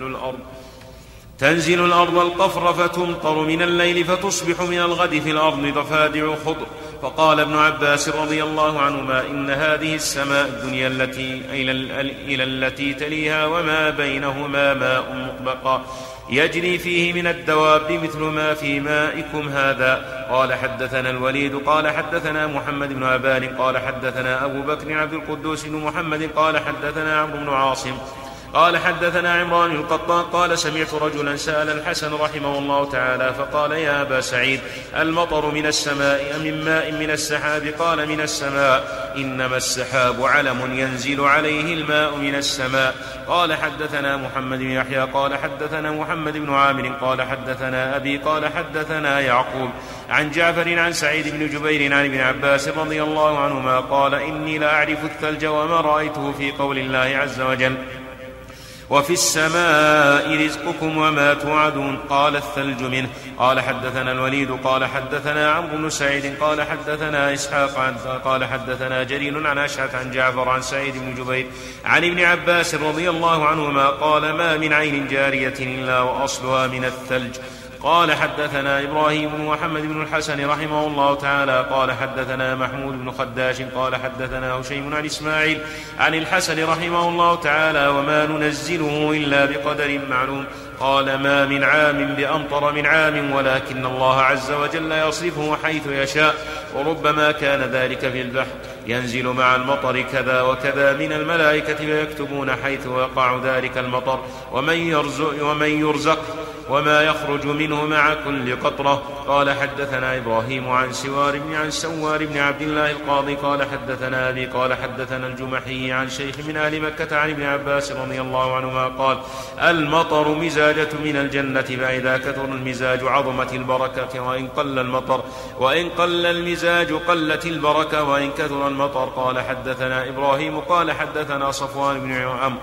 تنزل الأرض القفر فتمطر من الليل فتصبح من الغد في الأرض ضفادع خضر. فقال ابن عباس رضي الله عنهما إن هذه السماء الدنيا إلى التي تليها وما بينهما ماء مطبقا يجري فيه من الدواب مثل ما في مائكم هذا. قال حدثنا الوليد قال حدثنا محمد بن أبان قال حدثنا أبو بكر عبد القدوس بن محمد قال حدثنا عمرو بن عاصم قال حدثنا عمران القطان قال سمعت رجلا سأل الحسن رحمه الله تعالى فقال يا أبا سعيد المطر من السماء أم من ماء من السحاب؟ قال من السماء إنما السحاب علم ينزل عليه الماء من السماء. قال حدثنا محمد بن يحيى قال حدثنا محمد بن عامر قال حدثنا أبي قال حدثنا يعقوب عن جعفر عن سعيد بن جبير عن ابن عباس رضي الله عنهما قال إني لا أعرف الثلج وما رأيته في قول الله عز وجل وفي السماء رزقكم وما توعدون قال الثلج منه. قال حدثنا الوليد قال حدثنا عمرو بن سعيد قال حدثنا إسحاق قال حدثنا جرير عن أشعث عن جعفر عن سعيد بن جبير عن ابن عباس رضي الله عنهما قال ما من عين جارية إلا وأصلها من الثلج. قال حدثنا إبراهيم بن محمد بن الحسن رحمه الله تعالى قال حدثنا محمود بن خداش قال حدثنا هشيم عن إسماعيل عن الحسن رحمه الله تعالى وما ننزله إلا بقدر معلوم. قال ما من عام بأمطر من عام ولكن الله عز وجل يصرفه حيث يشاء وربما كان ذلك في البحر ينزل مع المطر كذا وكذا من الملائكة فيكتبون حيث وقع ذلك المطر ومن يرزق وما يخرج منه مع كل قطرة. قال حدثنا إبراهيم عن سوار بن عبد الله القاضي قال حدثنا أبي قال حدثنا الجمحي عن شيخ من أهل مكة عن ابن عباس رضي الله عنهما قال المطر مزاجة من الجنة فإذا كثر المزاج عظمت البركة وإن قل المطر وإن قل المزاج قلت البركة وإن كثر المطر. قال حدثنا إبراهيم قال حدثنا صفوان بن عمرو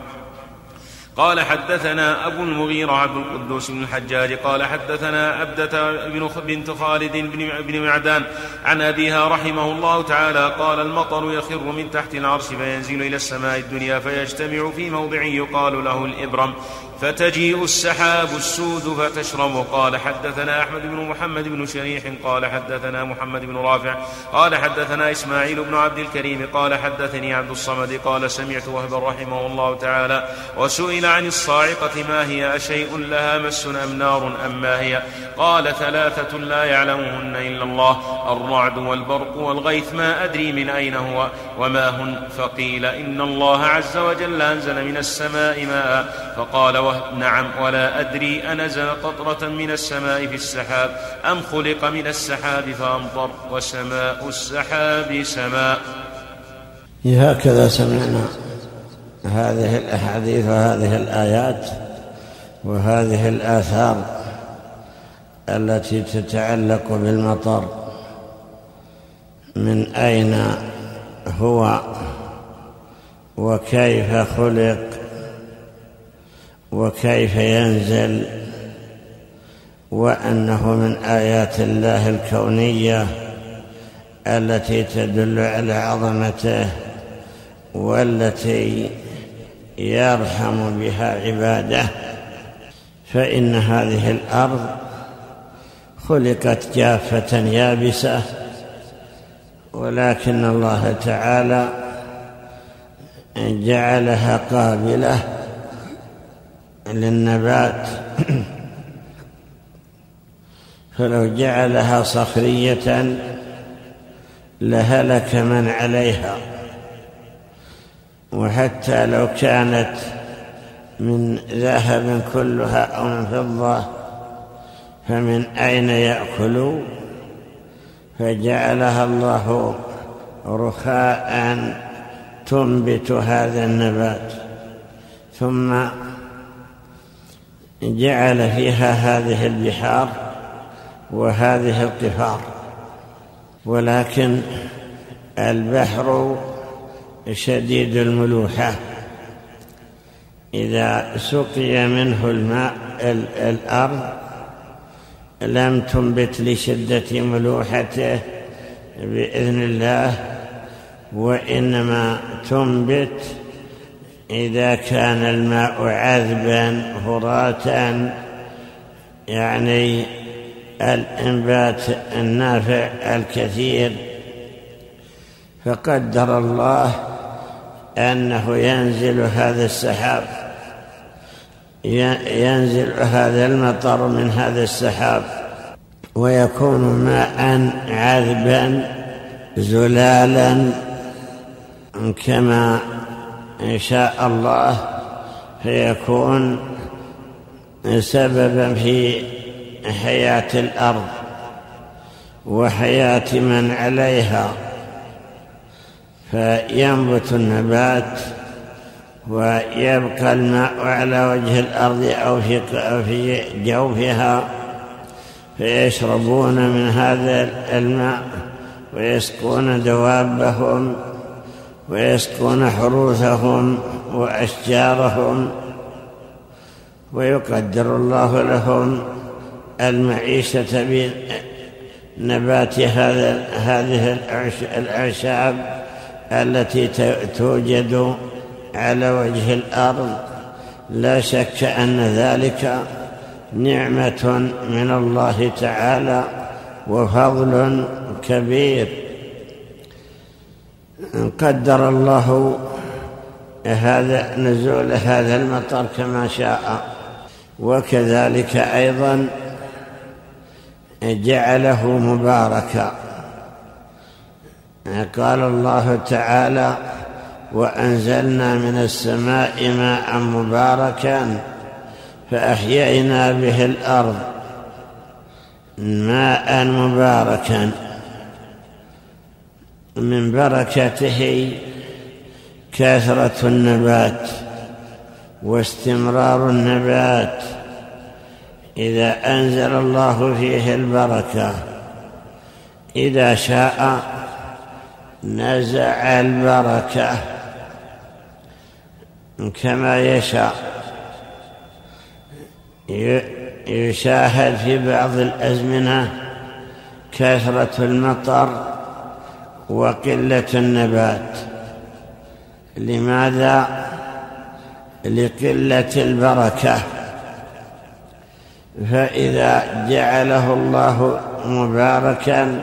قال حدثنا أبو المغيرة عبد القدوس بن الحجاج قال حدثنا عبدة بنت خالد بن معدان عن أبيها رحمه الله تعالى قال المطر يخر من تحت العرش فينزل إلى السماء الدنيا فيجتمع في موضع يقال له الإبرم فتجيء السحاب السود فتشربه. قال حدثنا أحمد بن محمد بن شريح قال حدثنا محمد بن رافع قال حدثنا إسماعيل بن عبد الكريم قال حدثني عبد الصمد قال سمعت وهبا رحمه الله تعالى وسئل عن الصاعقة ما هي أشيء لها مس أم نار أم ما هي؟ قال ثلاثة لا يعلمهن إلا الله الرعد والبرق والغيث ما أدري من أين هو وما هن. فقيل إن الله عز وجل أنزل من السماء ماء. فقال نعم ولا أدري أنزل قطرة من السماء في السحاب أم خلق من السحاب فأمطر وسماء السحاب سماء. هكذا سمعنا هذه الأحاديث وهذه الآيات وهذه الآثار التي تتعلق بالمطر من أين هو وكيف خلق وكيف ينزل وأنه من آيات الله الكونية التي تدل على عظمته والتي يرحم بها عباده. فإن هذه الأرض خلقت جافة يابسة ولكن الله تعالى جعلها قابلة للنبات فلو جعلها صخرية لهلك من عليها وحتى لو كانت من ذهب كلها أو من فضة فمن أين يأكل؟ فجعلها الله رخاء تنبت هذا النبات ثم جعل فيها هذه البحار وهذه القفار. ولكن البحر شديد الملوحة إذا سقي منه الماء الأرض لم تنبت لشدة ملوحته بإذن الله وإنما تنبت إذا كان الماء عذبا فراتا يعني الإنبات النافع الكثير. فقدر الله أنه ينزل هذا السحاب ينزل هذا المطر من هذا السحاب ويكون ماء عذبا زلالا كما شاء الله فيكون سببا في حياة الأرض وحياة من عليها فينبت النبات ويبقى الماء على وجه الأرض أو في جوفها فيشربون من هذا الماء ويسقون دوابهم ويسقون حروثهم وأشجارهم ويقدر الله لهم المعيشة بنبات هذه الأعشاب التي توجد على وجه الأرض. لا شك أن ذلك نعمة من الله تعالى وفضل كبير. قدر الله نزول هذا المطر كما شاء، وكذلك أيضا جعله مباركا. قال الله تعالى: وأنزلنا من السماء ماء مباركا فأحيينا به الأرض. ماء مباركا من بركته كثرة النبات واستمرار النبات. إذا أنزل الله فيه البركة إذا شاء نزع البركة كما يشاء. يشاهد في بعض الأزمنة كثرة المطر وقلة النبات. لماذا؟ لقلة البركة. فإذا جعله الله مباركا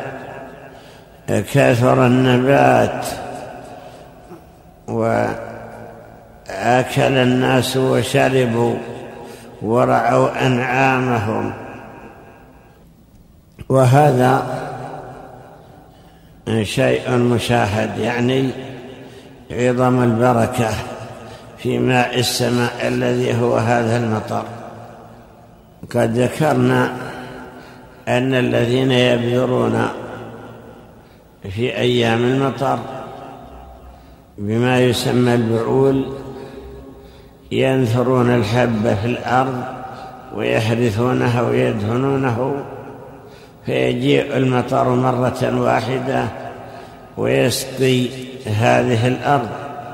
كثر النبات وأكل الناس وشربوا ورعوا أنعامهم. وهذا شيء مشاهد، يعني عظم البركة في ماء السماء الذي هو هذا المطر. قد ذكرنا أن الذين يبذرون في أيام المطر بما يسمى البعول ينثرون الحب في الأرض ويحرثونه ويدهنونه، فيجيء المطر مرة واحدة ويسقي هذه الأرض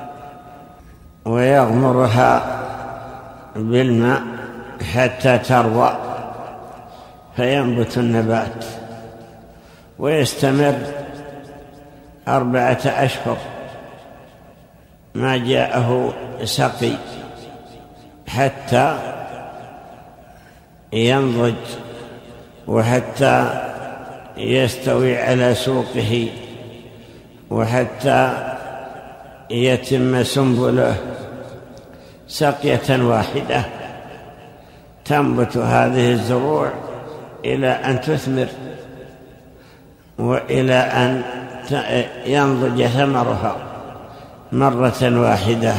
ويغمرها بالماء حتى تروى فينبت النبات، ويستمر 4 أشهر ما جاءه سقي حتى ينضج وحتى يستوي على سوقه وحتى يتم سنبله. سقية واحدة تنبت هذه الزروع إلى أن تثمر وإلى أن ينضج ثمرها مرة واحدة.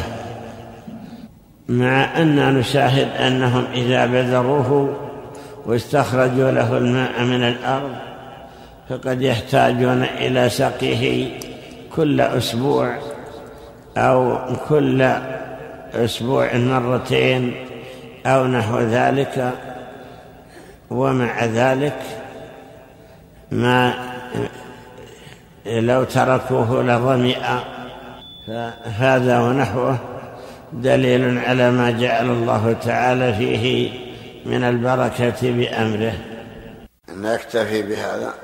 مع أننا نشاهد أنهم إذا بذروه واستخرجوا له الماء من الأرض فقد يحتاجون إلى سقيه كل أسبوع أو كل أسبوع مرتين أو نحو ذلك. ومع ذلك ما لو تركوه لظمئ. فهذا ونحوه دليل على ما جعل الله تعالى فيه من البركة بأمره. نكتفي بهذا.